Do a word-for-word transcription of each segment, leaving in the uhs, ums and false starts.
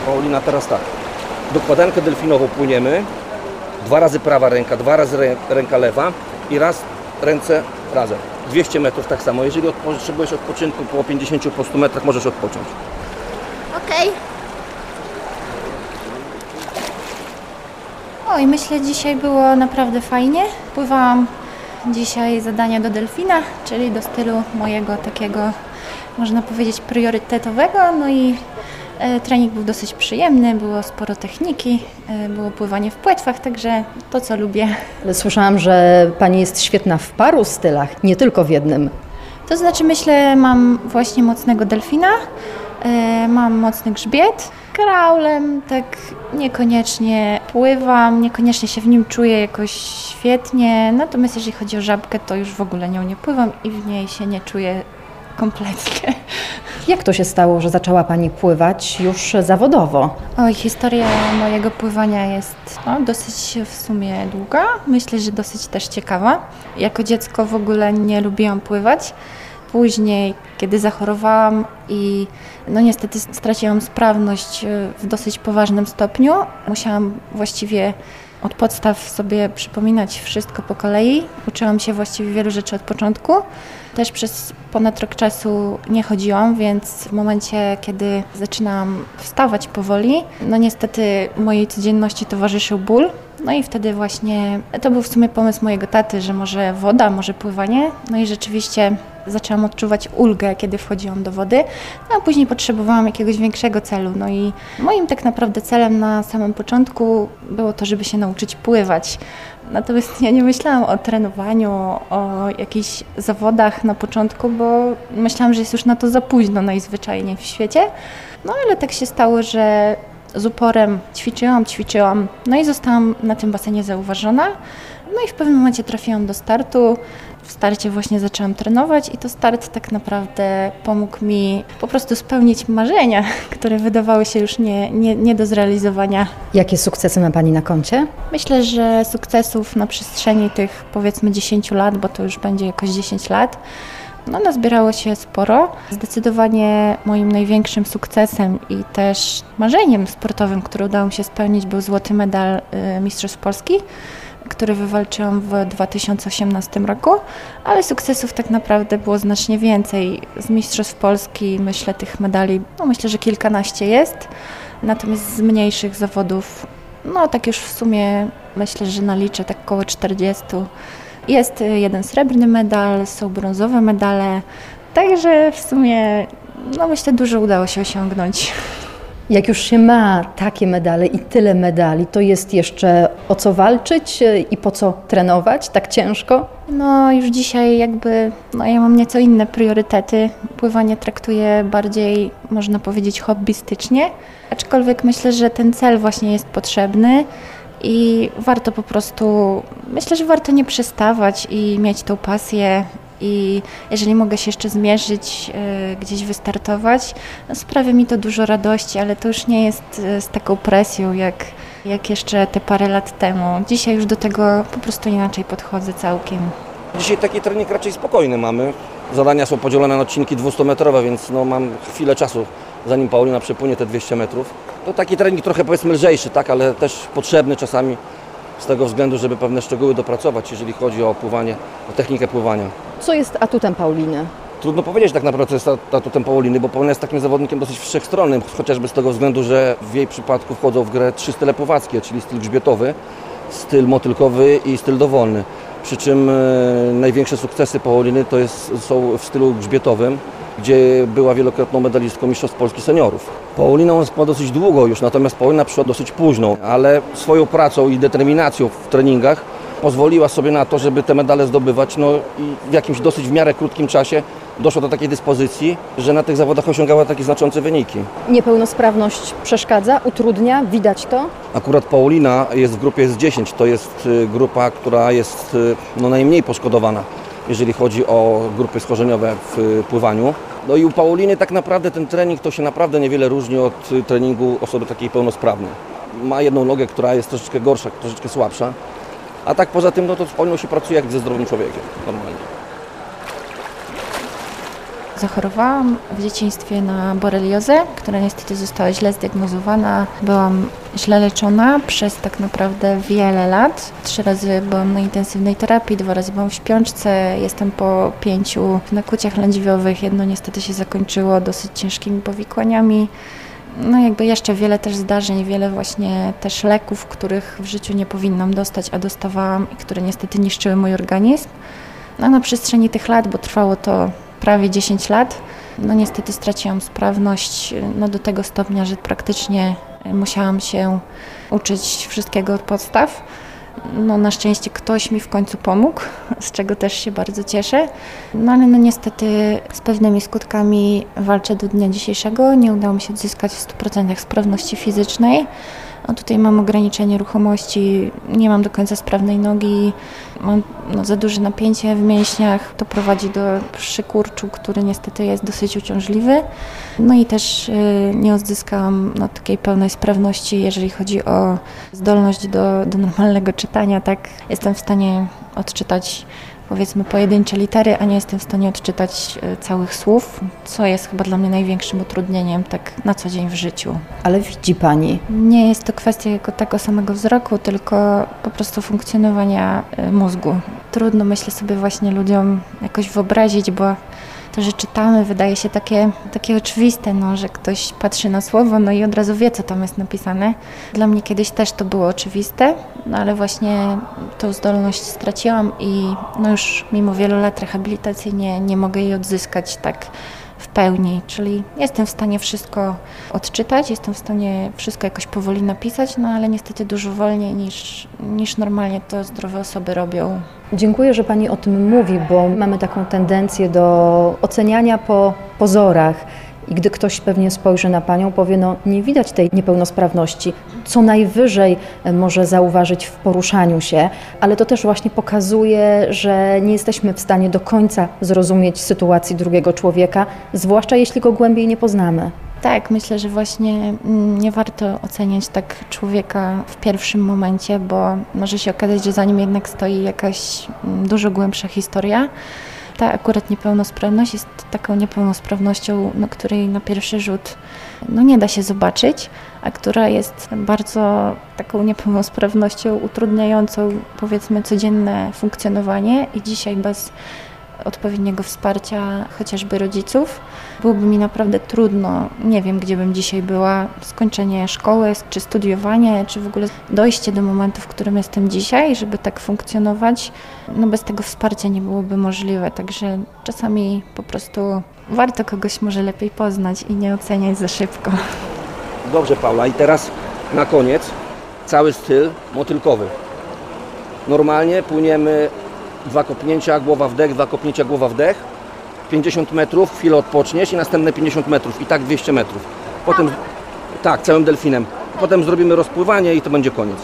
Paulina, teraz tak. Dokładankę delfinową płyniemy. Dwa razy prawa ręka, dwa razy rę, ręka lewa i raz ręce razem. dwieście metrów tak samo. Jeżeli potrzebujesz odpoczynku po pięćdziesięciu po stu metrach, możesz odpocząć. Okej. Oj, myślę, dzisiaj było naprawdę fajnie. Pływałam dzisiaj zadania do delfina, czyli do stylu mojego takiego, można powiedzieć, priorytetowego. No i e, trening był dosyć przyjemny, było sporo techniki, e, było pływanie w płetwach, także to, co lubię. Słyszałam, że Pani jest świetna w paru stylach, nie tylko w jednym. To znaczy, myślę, mam właśnie mocnego delfina, e, mam mocny grzbiet. Kraulem tak niekoniecznie pływam, niekoniecznie się w nim czuję jakoś świetnie, natomiast jeżeli chodzi o żabkę, to już w ogóle nią nie pływam i w niej się nie czuję kompletnie. Jak to się stało, że zaczęła Pani pływać już zawodowo? Oj, historia mojego pływania jest no, dosyć w sumie długa, myślę, że dosyć też ciekawa. Jako dziecko w ogóle nie lubiłam pływać. Później, kiedy zachorowałam i no niestety straciłam sprawność w dosyć poważnym stopniu, musiałam właściwie od podstaw sobie przypominać wszystko po kolei. Uczyłam się właściwie wielu rzeczy od początku. Też przez ponad rok czasu nie chodziłam, więc w momencie, kiedy zaczynałam wstawać powoli, no niestety mojej codzienności towarzyszył ból. No i wtedy właśnie, to był w sumie pomysł mojego taty, że może woda, może pływanie. No i rzeczywiście zaczęłam odczuwać ulgę, kiedy wchodziłam do wody, no a później potrzebowałam jakiegoś większego celu. No i moim tak naprawdę celem na samym początku było to, żeby się nauczyć pływać. Natomiast ja nie myślałam o trenowaniu, o jakichś zawodach na początku, bo myślałam, że jest już na to za późno najzwyczajniej w świecie. No ale tak się stało, że z uporem ćwiczyłam, ćwiczyłam, no i zostałam na tym basenie zauważona. No i w pewnym momencie trafiłam do startu. W starcie właśnie zaczęłam trenować i to start tak naprawdę pomógł mi po prostu spełnić marzenia, które wydawały się już nie, nie, nie do zrealizowania. Jakie sukcesy ma Pani na koncie? Myślę, że sukcesów na przestrzeni tych powiedzmy dziesięciu lat, bo to już będzie jakoś dziesięć lat, no nazbierało się sporo. Zdecydowanie moim największym sukcesem i też marzeniem sportowym, które udało mi się spełnić, był złoty medal y, Mistrzostw Polski, który wywalczyłam w dwa tysiące osiemnastym roku, ale sukcesów tak naprawdę było znacznie więcej. Z Mistrzostw Polski, myślę, tych medali, no myślę, że kilkanaście jest, natomiast z mniejszych zawodów, no tak już w sumie myślę, że naliczę tak około czterdziestu. Jest jeden srebrny medal, są brązowe medale, także w sumie, no myślę, dużo udało się osiągnąć. Jak już się ma takie medale i tyle medali, to jest jeszcze o co walczyć i po co trenować tak ciężko? No już dzisiaj jakby, no ja mam nieco inne priorytety. Pływanie traktuję bardziej, można powiedzieć, hobbystycznie, aczkolwiek myślę, że ten cel właśnie jest potrzebny i warto po prostu, myślę, że warto nie przestawać i mieć tą pasję. I jeżeli mogę się jeszcze zmierzyć, y, gdzieś wystartować, no sprawia mi to dużo radości, ale to już nie jest y, z taką presją, jak, jak jeszcze te parę lat temu. Dzisiaj już do tego po prostu inaczej podchodzę całkiem. Dzisiaj taki trening raczej spokojny mamy. Zadania są podzielone na odcinki dwustumetrowe, więc no mam chwilę czasu, zanim Paulina przepłynie te dwieście metrów. To taki trening trochę powiedzmy lżejszy, tak, ale też potrzebny czasami z tego względu, żeby pewne szczegóły dopracować, jeżeli chodzi o pływanie, o technikę pływania. Co jest atutem Pauliny? Trudno powiedzieć tak naprawdę, co jest atutem Pauliny, bo Paulina jest takim zawodnikiem dosyć wszechstronnym, chociażby z tego względu, że w jej przypadku wchodzą w grę trzy style pływackie, czyli styl grzbietowy, styl motylkowy i styl dowolny. Przy czym e, największe sukcesy Pauliny to jest, są w stylu grzbietowym, gdzie była wielokrotną medalistką Mistrzostw Polski seniorów. Paulina ma dosyć długo już, natomiast Paulina przyszła dosyć późno, ale swoją pracą i determinacją w treningach pozwoliła sobie na to, żeby te medale zdobywać, no i w jakimś dosyć w miarę krótkim czasie doszło do takiej dyspozycji, że na tych zawodach osiągała takie znaczące wyniki. Niepełnosprawność przeszkadza, utrudnia, widać to? Akurat Paulina jest w grupie S dziesięć, to jest grupa, która jest no, najmniej poszkodowana, jeżeli chodzi o grupy schorzeniowe w pływaniu. No i u Pauliny tak naprawdę ten trening to się naprawdę niewiele różni od treningu osoby takiej pełnosprawnej. Ma jedną nogę, która jest troszeczkę gorsza, troszeczkę słabsza, a tak poza tym no to z Pauliną się pracuje jak ze zdrowym człowiekiem normalnie. Zachorowałam w dzieciństwie na boreliozę, która niestety została źle zdiagnozowana. Byłam źle leczona przez tak naprawdę wiele lat. Trzy razy byłam na intensywnej terapii, dwa razy byłam w śpiączce. Jestem po pięciu nakłuciach lędźwiowych. Jedno niestety się zakończyło dosyć ciężkimi powikłaniami. No jakby jeszcze wiele też zdarzeń, wiele właśnie też leków, których w życiu nie powinnam dostać, a dostawałam i które niestety niszczyły mój organizm. No na przestrzeni tych lat, bo trwało to prawie dziesięć lat, no niestety straciłam sprawność no do tego stopnia, że praktycznie musiałam się uczyć wszystkiego od podstaw. No na szczęście ktoś mi w końcu pomógł, z czego też się bardzo cieszę. No ale no niestety z pewnymi skutkami walczę do dnia dzisiejszego. Nie udało mi się odzyskać w stu procentach sprawności fizycznej. No tutaj mam ograniczenie ruchomości, nie mam do końca sprawnej nogi, mam no, za duże napięcie w mięśniach. To prowadzi do przykurczu, który niestety jest dosyć uciążliwy. No i też y, nie odzyskałam no, takiej pełnej sprawności, jeżeli chodzi o zdolność do, do normalnego czytania. Tak, jestem w stanie odczytać powiedzmy pojedyncze litery, a nie jestem w stanie odczytać całych słów, co jest chyba dla mnie największym utrudnieniem tak na co dzień w życiu. Ale widzi Pani? Nie jest to kwestia jako tego samego wzroku, tylko po prostu funkcjonowania mózgu. Trudno, myślę sobie, właśnie ludziom jakoś wyobrazić, bo to, że czytamy, wydaje się takie, takie oczywiste, no, że ktoś patrzy na słowo, no i od razu wie, co tam jest napisane. Dla mnie kiedyś też to było oczywiste, no ale właśnie tą zdolność straciłam i no już mimo wielu lat rehabilitacji nie, nie mogę jej odzyskać tak w pełni, czyli jestem w stanie wszystko odczytać, jestem w stanie wszystko jakoś powoli napisać, no ale niestety dużo wolniej niż, niż normalnie to zdrowe osoby robią. Dziękuję, że Pani o tym mówi, bo mamy taką tendencję do oceniania po pozorach. I gdy ktoś pewnie spojrzy na Panią, powie, no nie widać tej niepełnosprawności, co najwyżej może zauważyć w poruszaniu się, ale to też właśnie pokazuje, że nie jesteśmy w stanie do końca zrozumieć sytuacji drugiego człowieka, zwłaszcza jeśli go głębiej nie poznamy. Tak, myślę, że właśnie nie warto oceniać tak człowieka w pierwszym momencie, bo może się okazać, że za nim jednak stoi jakaś dużo głębsza historia. Ta akurat niepełnosprawność jest taką niepełnosprawnością, no, której na pierwszy rzut no, nie da się zobaczyć, a która jest bardzo taką niepełnosprawnością utrudniającą, powiedzmy, codzienne funkcjonowanie i dzisiaj bez odpowiedniego wsparcia chociażby rodziców byłoby mi naprawdę trudno. Nie wiem, gdzie bym dzisiaj była. Skończenie szkoły, czy studiowanie, czy w ogóle dojście do momentu, w którym jestem dzisiaj, żeby tak funkcjonować. No bez tego wsparcia nie byłoby możliwe, także czasami po prostu warto kogoś może lepiej poznać i nie oceniać za szybko. Dobrze, Paula, i teraz na koniec cały styl motylkowy. Normalnie płyniemy dwa kopnięcia, głowa wdech, dwa kopnięcia, głowa wdech, pięćdziesiąt metrów, chwilę odpoczniesz i następne pięćdziesiąt metrów i tak dwieście metrów. Potem, tak, całym delfinem. Potem zrobimy rozpływanie i to będzie koniec.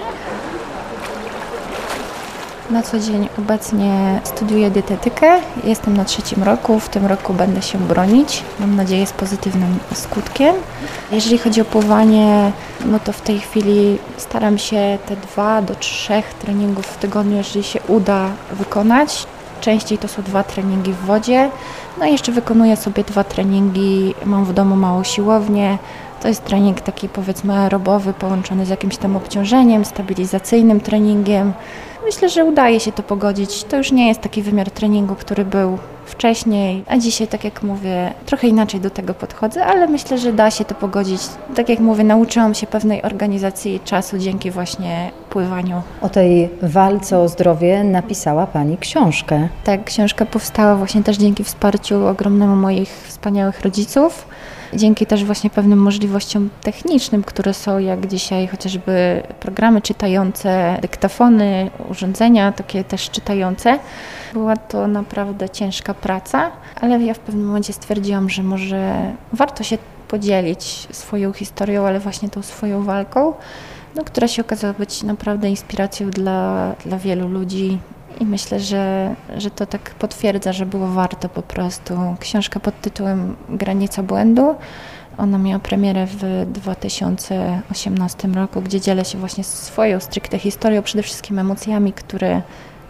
Na co dzień obecnie studiuję dietetykę, jestem na trzecim roku, w tym roku będę się bronić, mam nadzieję z pozytywnym skutkiem. Jeżeli chodzi o pływanie, no to w tej chwili staram się te dwa do trzech treningów w tygodniu, jeżeli się uda, wykonać. Częściej to są dwa treningi w wodzie, no i jeszcze wykonuję sobie dwa treningi, mam w domu małą siłownię. To jest trening taki powiedzmy aerobowy, połączony z jakimś tam obciążeniem, stabilizacyjnym treningiem. Myślę, że udaje się to pogodzić. To już nie jest taki wymiar treningu, który był wcześniej, a dzisiaj, tak jak mówię, trochę inaczej do tego podchodzę, ale myślę, że da się to pogodzić. Tak jak mówię, nauczyłam się pewnej organizacji czasu dzięki właśnie pływaniu. O tej walce o zdrowie napisała Pani książkę. Tak, książka powstała właśnie też dzięki wsparciu ogromnemu moich wspaniałych rodziców. Dzięki też właśnie pewnym możliwościom technicznym, które są, jak dzisiaj chociażby programy czytające, dyktafony, urządzenia takie też czytające. Była to naprawdę ciężka praca, ale ja w pewnym momencie stwierdziłam, że może warto się podzielić swoją historią, ale właśnie tą swoją walką, no, która się okazała być naprawdę inspiracją dla, dla wielu ludzi. I myślę, że, że to tak potwierdza, że było warto po prostu. Książka pod tytułem Granica błędu. Ona miała premierę w dwa tysiące osiemnastym roku, gdzie dzielę się właśnie swoją stricte historią, przede wszystkim emocjami, które,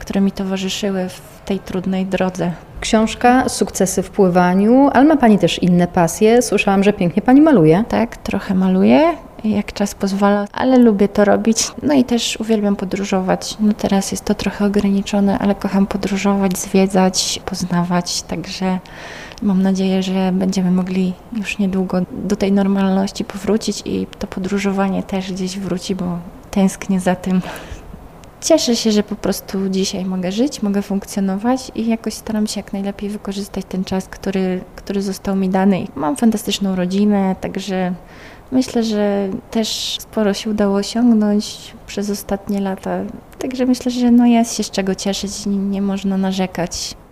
które mi towarzyszyły w tej trudnej drodze. Książka, sukcesy w pływaniu, ale ma Pani też inne pasje. Słyszałam, że pięknie Pani maluje. Tak, trochę maluję, jak czas pozwala, ale lubię to robić. No i też uwielbiam podróżować. No teraz jest to trochę ograniczone, ale kocham podróżować, zwiedzać, poznawać, także mam nadzieję, że będziemy mogli już niedługo do tej normalności powrócić i to podróżowanie też gdzieś wróci, bo tęsknię za tym. Cieszę się, że po prostu dzisiaj mogę żyć, mogę funkcjonować i jakoś staram się jak najlepiej wykorzystać ten czas, który, który został mi dany. Mam fantastyczną rodzinę, także myślę, że też sporo się udało osiągnąć przez ostatnie lata. Także myślę, że no jest się z czego cieszyć, nie, nie można narzekać.